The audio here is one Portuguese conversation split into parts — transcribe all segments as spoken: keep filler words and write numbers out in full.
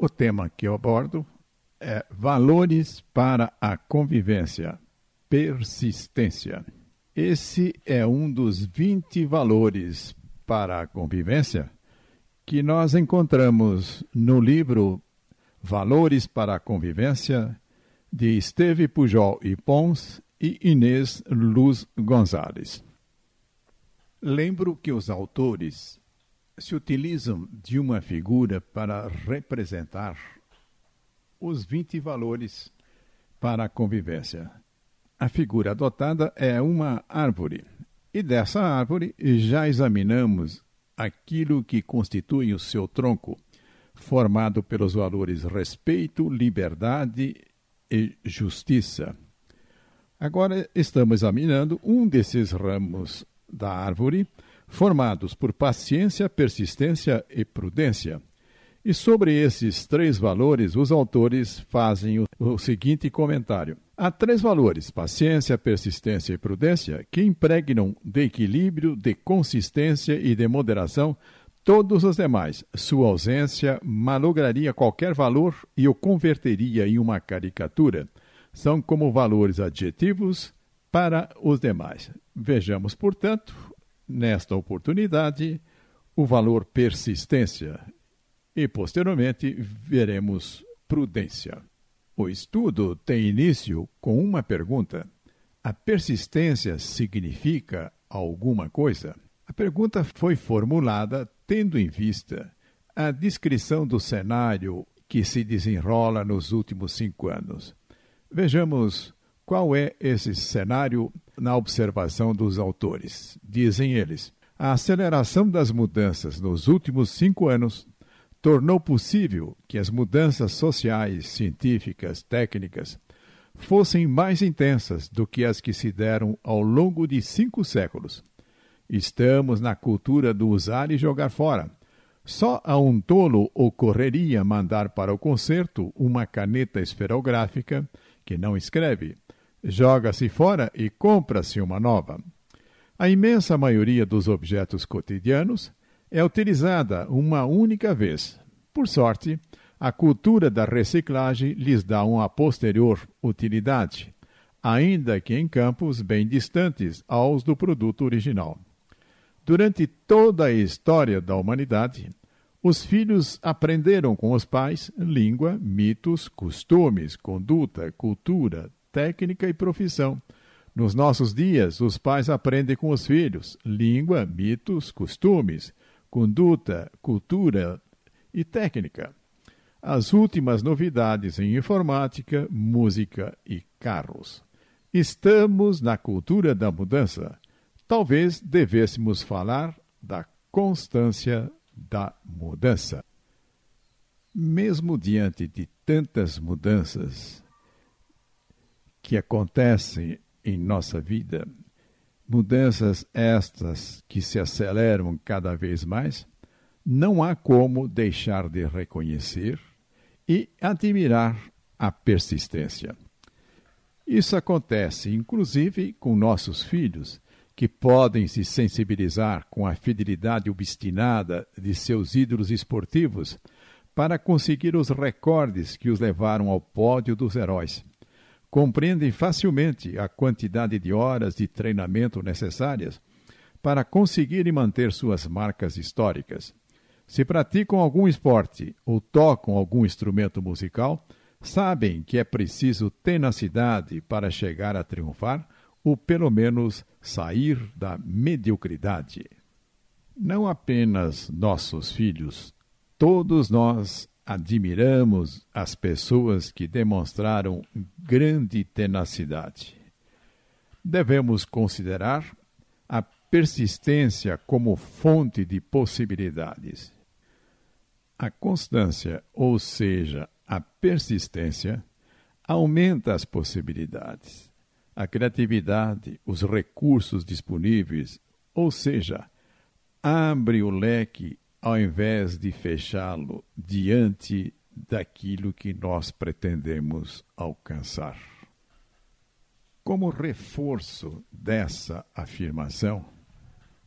O tema que eu abordo é Valores para a Convivência, Persistência. Esse é um dos vinte valores para a convivência que nós encontramos no livro Valores para a Convivência, de Esteve Pujol e Pons e Inês Luz Gonzalez. Lembro que os autores se utilizam de uma figura para representar os vinte valores para a convivência. A figura adotada é uma árvore, e dessa árvore já examinamos aquilo que constitui o seu tronco, formado pelos valores respeito, liberdade e justiça. Agora estamos examinando um desses ramos da árvore, formados por paciência, persistência e prudência. E sobre esses três valores, os autores fazem o, o seguinte comentário. Há três valores, paciência, persistência e prudência, que impregnam de equilíbrio, de consistência e de moderação todos os demais. Sua ausência malograria qualquer valor e o converteria em uma caricatura. São como valores adjetivos para os demais. Vejamos, portanto, nesta oportunidade, o valor persistência e, posteriormente, veremos prudência. O estudo tem início com uma pergunta. A persistência significa alguma coisa? A pergunta foi formulada tendo em vista a descrição do cenário que se desenrola nos últimos cinco anos. Vejamos qual é esse cenário na observação dos autores. Dizem eles, a aceleração das mudanças nos últimos cinco anos tornou possível que as mudanças sociais, científicas, técnicas fossem mais intensas do que as que se deram ao longo de cinco séculos. Estamos na cultura do usar e jogar fora. Só a um tolo ocorreria mandar para o concerto uma caneta esferográfica que não escreve. Joga-se fora e compra-se uma nova. A imensa maioria dos objetos cotidianos é utilizada uma única vez. Por sorte, a cultura da reciclagem lhes dá uma posterior utilidade, ainda que em campos bem distantes aos do produto original. Durante toda a história da humanidade, os filhos aprenderam com os pais língua, mitos, costumes, conduta, cultura, técnica e profissão. Nos nossos dias, os pais aprendem com os filhos língua, mitos, costumes, conduta, cultura e técnica. As últimas novidades em informática, música e carros. Estamos na cultura da mudança. Talvez devêssemos falar da constância da mudança. Mesmo diante de tantas mudanças que acontecem em nossa vida, mudanças estas que se aceleram cada vez mais, não há como deixar de reconhecer e admirar a persistência. Isso acontece, inclusive, com nossos filhos, que podem se sensibilizar com a fidelidade obstinada de seus ídolos esportivos para conseguir os recordes que os levaram ao pódio dos heróis. Compreendem facilmente a quantidade de horas de treinamento necessárias para conseguirem manter suas marcas históricas. Se praticam algum esporte ou tocam algum instrumento musical, sabem que é preciso tenacidade para chegar a triunfar ou, pelo menos, sair da mediocridade. Não apenas nossos filhos, todos nós admiramos as pessoas que demonstraram grande tenacidade. Devemos considerar a persistência como fonte de possibilidades. A constância, ou seja, a persistência, aumenta as possibilidades. A criatividade, os recursos disponíveis, ou seja, abre o leque ao invés de fechá-lo diante daquilo que nós pretendemos alcançar. Como reforço dessa afirmação,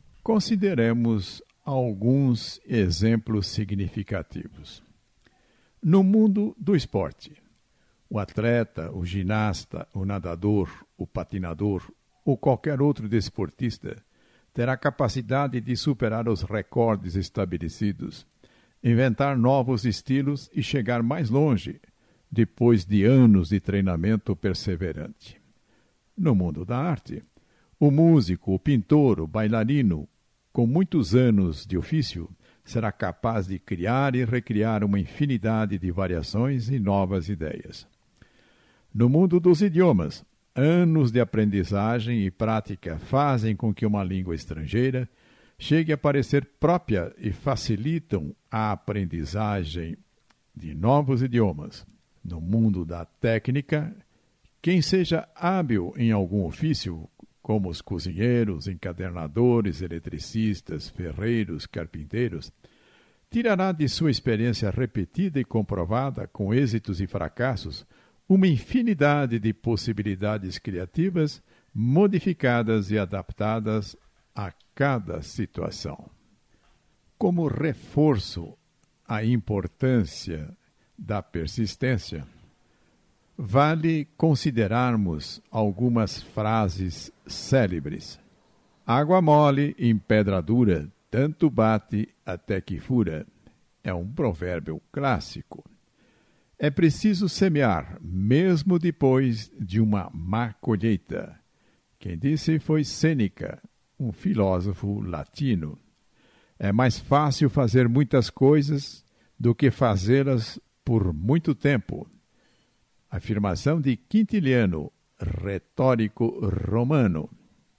consideremos alguns exemplos significativos. No mundo do esporte, o atleta, o ginasta, o nadador, o patinador ou qualquer outro desportista terá capacidade de superar os recordes estabelecidos, inventar novos estilos e chegar mais longe, depois de anos de treinamento perseverante. No mundo da arte, o músico, o pintor, o bailarino, com muitos anos de ofício, será capaz de criar e recriar uma infinidade de variações e novas ideias. No mundo dos idiomas, anos de aprendizagem e prática fazem com que uma língua estrangeira chegue a parecer própria e facilitam a aprendizagem de novos idiomas. No mundo da técnica, quem seja hábil em algum ofício, como os cozinheiros, encadernadores, eletricistas, ferreiros, carpinteiros, tirará de sua experiência repetida e comprovada, com êxitos e fracassos, uma infinidade de possibilidades criativas, modificadas e adaptadas a cada situação. Como reforço à importância da persistência, vale considerarmos algumas frases célebres. Água mole em pedra dura, tanto bate até que fura. É um provérbio clássico. É preciso semear, mesmo depois de uma má colheita. Quem disse foi Sêneca, um filósofo latino. É mais fácil fazer muitas coisas do que fazê-las por muito tempo. Afirmação de Quintiliano, retórico romano.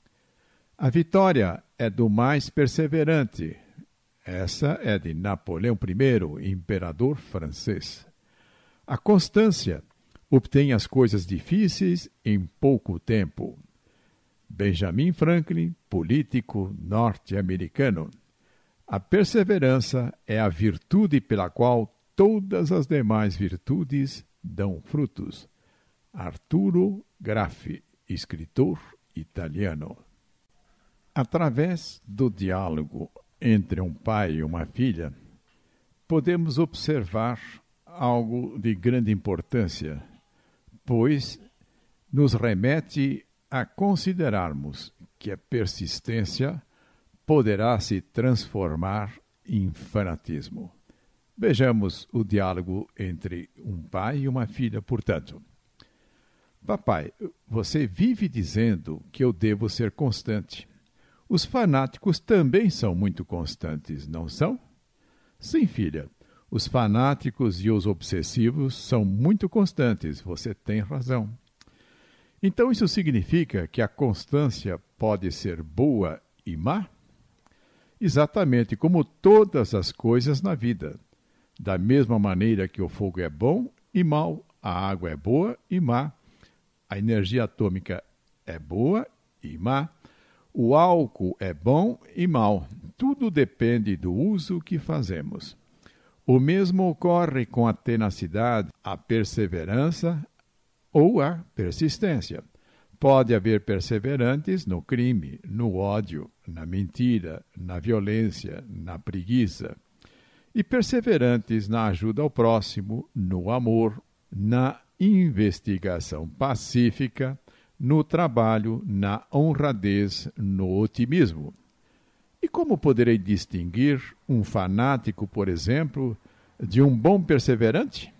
A vitória é do mais perseverante. Essa é de Napoleão I, imperador francês. A constância obtém as coisas difíceis em pouco tempo. Benjamin Franklin, político norte-americano. A perseverança é a virtude pela qual todas as demais virtudes dão frutos. Arturo Graffi, escritor italiano. Através do diálogo entre um pai e uma filha, podemos observar algo de grande importância, pois nos remete a considerarmos que a persistência poderá se transformar em fanatismo. Vejamos o diálogo entre um pai e uma filha, portanto. Papai, você vive dizendo que eu devo ser constante. Os fanáticos também são muito constantes, não são? Sim, filha. Os fanáticos e os obsessivos são muito constantes, você tem razão. Então isso significa que a constância pode ser boa e má? Exatamente como todas as coisas na vida. Da mesma maneira que o fogo é bom e mau, a água é boa e má, a energia atômica é boa e má, o álcool é bom e mau. Tudo depende do uso que fazemos. O mesmo ocorre com a tenacidade, a perseverança ou a persistência. Pode haver perseverantes no crime, no ódio, na mentira, na violência, na preguiça. E perseverantes na ajuda ao próximo, no amor, na investigação pacífica, no trabalho, na honradez, no otimismo. E como poderei distinguir um fanático, por exemplo, de um bom perseverante?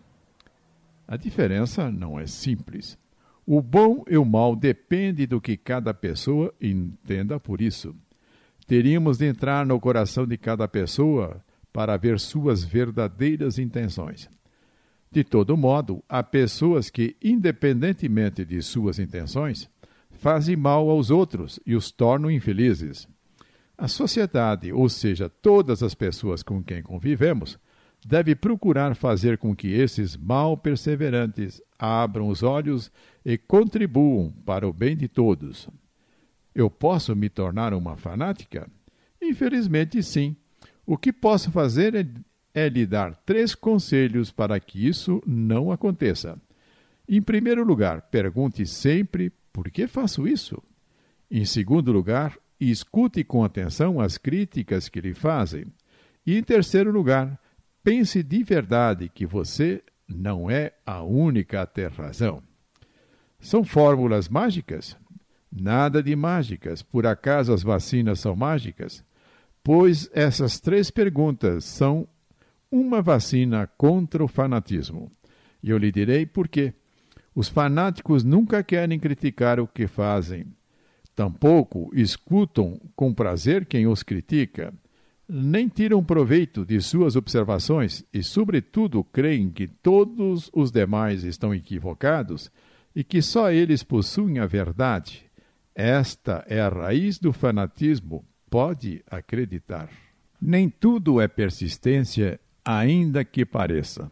A diferença não é simples. O bom e o mal depende do que cada pessoa entenda por isso. Teríamos de entrar no coração de cada pessoa para ver suas verdadeiras intenções. De todo modo, há pessoas que, independentemente de suas intenções, fazem mal aos outros e os tornam infelizes. A sociedade, ou seja, todas as pessoas com quem convivemos, deve procurar fazer com que esses mal perseverantes abram os olhos e contribuam para o bem de todos. Eu posso me tornar uma fanática? Infelizmente, sim. O que posso fazer é é lhe dar três conselhos para que isso não aconteça. Em primeiro lugar, pergunte sempre por que faço isso. Em segundo lugar, escute com atenção as críticas que lhe fazem. E em terceiro lugar, pense de verdade que você não é a única a ter razão. São fórmulas mágicas? Nada de mágicas. Por acaso as vacinas são mágicas? Pois essas três perguntas são uma vacina contra o fanatismo. E eu lhe direi por quê. Os fanáticos nunca querem criticar o que fazem. Tampouco escutam com prazer quem os critica. Nem tiram proveito de suas observações e, sobretudo, creem que todos os demais estão equivocados e que só eles possuem a verdade. Esta é a raiz do fanatismo, pode acreditar. Nem tudo é persistência, ainda que pareça.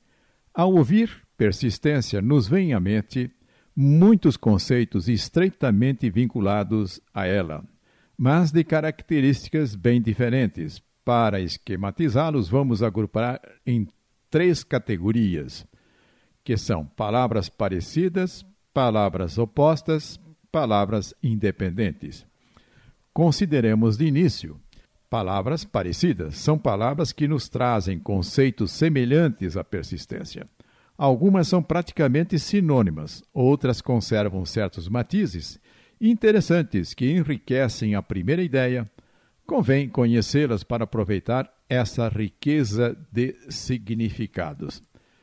Ao ouvir persistência, nos vem à mente muitos conceitos estreitamente vinculados a ela, mas de características bem diferentes. Para esquematizá-los, vamos agrupar em três categorias, que são palavras parecidas, palavras opostas, palavras independentes. Consideremos de início. Palavras parecidas são palavras que nos trazem conceitos semelhantes à persistência. Algumas são praticamente sinônimas, outras conservam certos matizes interessantes que enriquecem a primeira ideia. Convém conhecê-las para aproveitar essa riqueza de significados.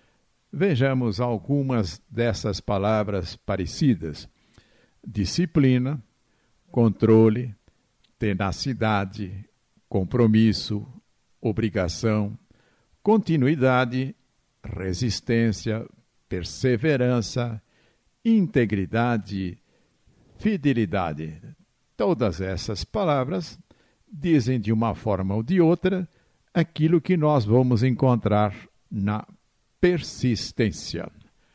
Vejamos algumas dessas palavras parecidas: disciplina, controle, tenacidade, compromisso, obrigação, continuidade, resistência, perseverança, integridade, fidelidade. Todas essas palavras dizem de uma forma ou de outra aquilo que nós vamos encontrar na persistência.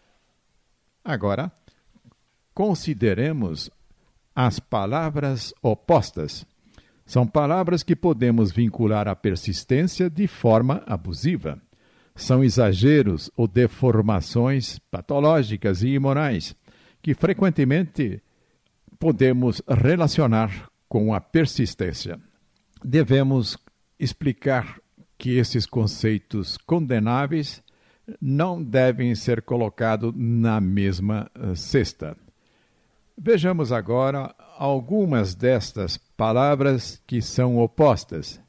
Agora, consideremos as palavras opostas. São palavras que podemos vincular à persistência de forma abusiva. São exageros ou deformações patológicas e imorais que frequentemente podemos relacionar com a persistência. Devemos explicar que esses conceitos condenáveis não devem ser colocados na mesma cesta. Vejamos agora algumas destas palavras que são opostas.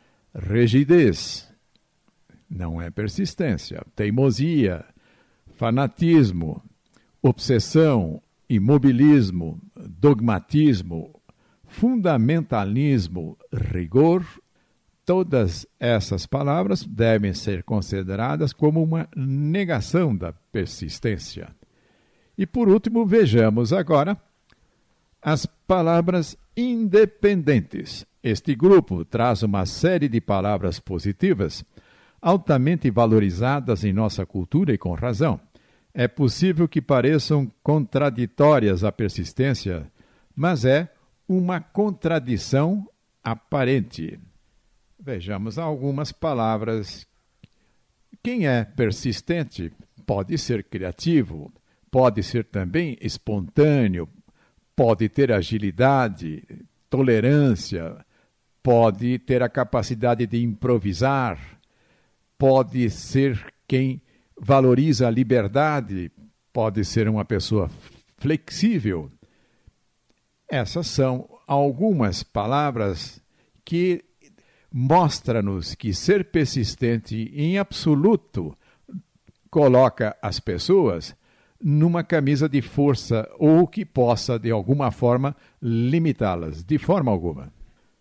Rigidez não é persistência. Teimosia, fanatismo, obsessão, imobilismo, dogmatismo, fundamentalismo, rigor. Todas essas palavras devem ser consideradas como uma negação da persistência. E por último, vejamos agora as palavras independentes. Este grupo traz uma série de palavras positivas, altamente valorizadas em nossa cultura e com razão. É possível que pareçam contraditórias à persistência, mas é uma contradição aparente. Vejamos algumas palavras. Quem é persistente pode ser criativo, pode ser também espontâneo, pode ter agilidade, tolerância, pode ter a capacidade de improvisar, pode ser quem valoriza a liberdade, pode ser uma pessoa flexível. Essas são algumas palavras que mostram-nos que ser persistente em absoluto coloca as pessoas numa camisa de força ou que possa, de alguma forma, limitá-las, de forma alguma.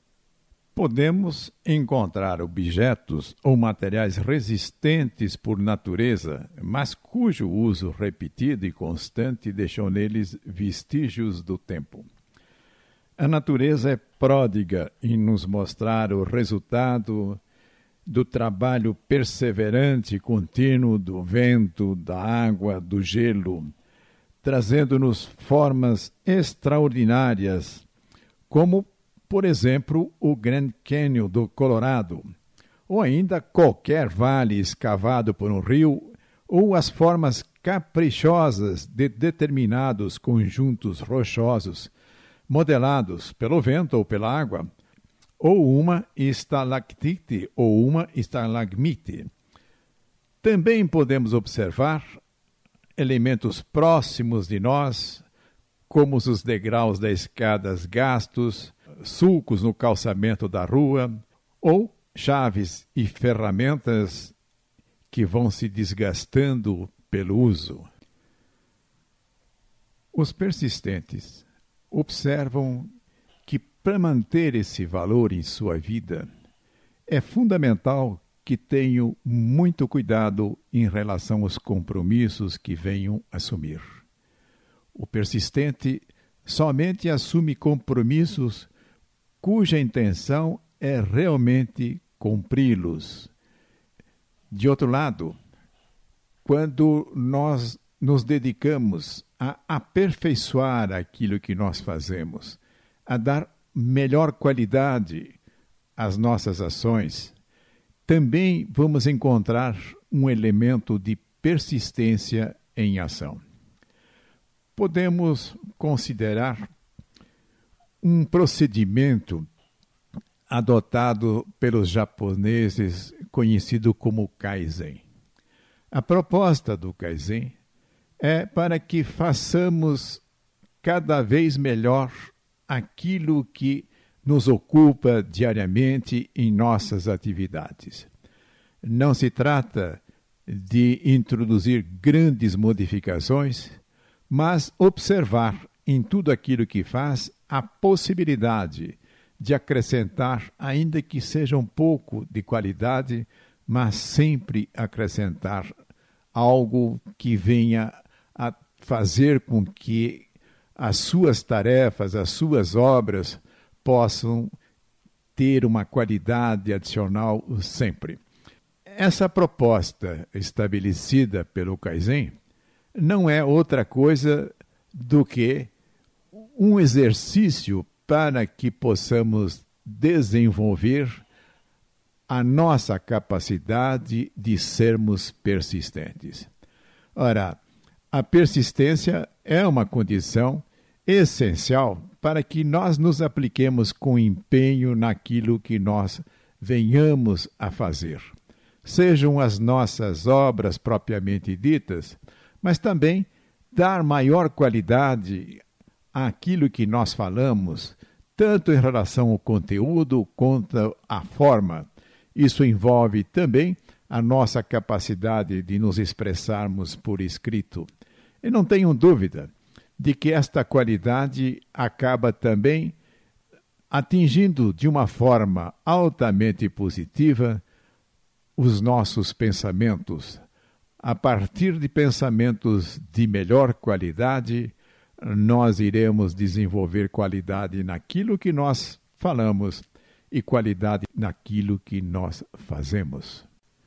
Podemos encontrar objetos ou materiais resistentes por natureza, mas cujo uso repetido e constante deixou neles vestígios do tempo. A natureza é pródiga em nos mostrar o resultado do trabalho perseverante e contínuo do vento, da água, do gelo, trazendo-nos formas extraordinárias, como, por exemplo, o Grand Canyon do Colorado, ou ainda qualquer vale escavado por um rio, ou as formas caprichosas de determinados conjuntos rochosos, modelados pelo vento ou pela água, ou uma estalactite ou uma estalagmite. Também podemos observar elementos próximos de nós, como os degraus da escada gastos, sulcos no calçamento da rua, ou chaves e ferramentas que vão se desgastando pelo uso. Os persistentes observam que, para manter esse valor em sua vida, é fundamental que tenham muito cuidado em relação aos compromissos que venham assumir. O persistente somente assume compromissos cuja intenção é realmente cumpri-los. De outro lado, quando nós nos dedicamos a aperfeiçoar aquilo que nós fazemos, a dar melhor qualidade às nossas ações, também vamos encontrar um elemento de persistência em ação. Podemos considerar um procedimento adotado pelos japoneses conhecido como Kaizen. A proposta do Kaizen é para que façamos cada vez melhor aquilo que nos ocupa diariamente em nossas atividades. Não se trata de introduzir grandes modificações, mas observar em tudo aquilo que faz a possibilidade de acrescentar, ainda que seja um pouco de qualidade, mas sempre acrescentar algo que venha a fazer com que as suas tarefas, as suas obras possam ter uma qualidade adicional sempre. Essa proposta estabelecida pelo Kaizen não é outra coisa do que um exercício para que possamos desenvolver a nossa capacidade de sermos persistentes. Ora, a persistência é uma condição essencial para que nós nos apliquemos com empenho naquilo que nós venhamos a fazer. Sejam as nossas obras propriamente ditas, mas também dar maior qualidade àquilo que nós falamos, tanto em relação ao conteúdo quanto à forma. Isso envolve também a nossa capacidade de nos expressarmos por escrito. E não tenho dúvida de que esta qualidade acaba também atingindo de uma forma altamente positiva os nossos pensamentos. A partir de pensamentos de melhor qualidade, nós iremos desenvolver qualidade naquilo que nós falamos e qualidade naquilo que nós fazemos.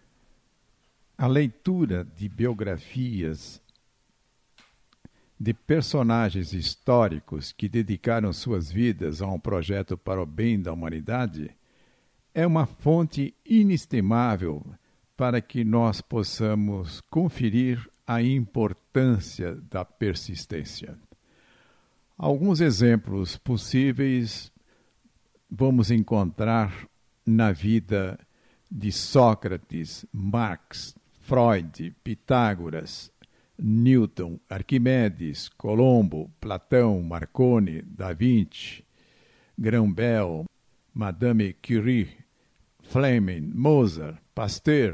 A leitura de biografias de personagens históricos que dedicaram suas vidas a um projeto para o bem da humanidade é uma fonte inestimável para que nós possamos conferir a importância da persistência. Alguns exemplos possíveis vamos encontrar na vida de Sócrates, Marx, Freud, Pitágoras, Newton, Arquimedes, Colombo, Platão, Marconi, Da Vinci, Graham Bell, Madame Curie, Fleming, Mozart, Pasteur,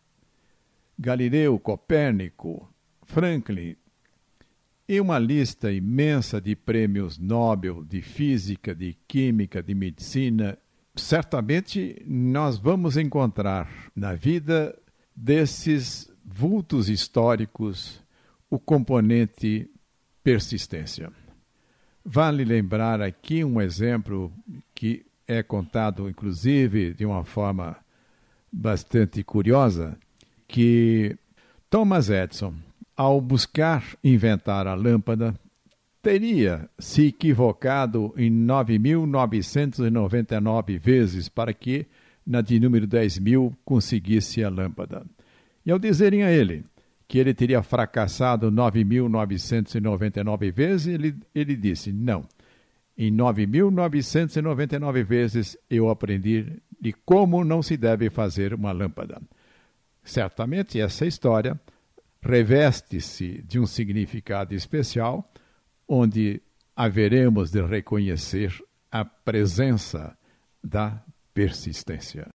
Galileu, Copérnico, Franklin, e uma lista imensa de prêmios Nobel de Física, de Química, de Medicina. Certamente nós vamos encontrar na vida desses vultos históricos o componente persistência. Vale lembrar aqui um exemplo que é contado, inclusive, de uma forma bastante curiosa, que Thomas Edison, ao buscar inventar a lâmpada, teria se equivocado em nove mil novecentos e noventa e nove vezes para que, na de número dez mil, conseguisse a lâmpada. E ao dizerem a ele que ele teria fracassado nove mil novecentos e noventa e nove vezes, ele, ele disse, não, em nove mil novecentos e noventa e nove vezes eu aprendi de como não se deve fazer uma lâmpada. Certamente essa história reveste-se de um significado especial, onde haveremos de reconhecer a presença da persistência.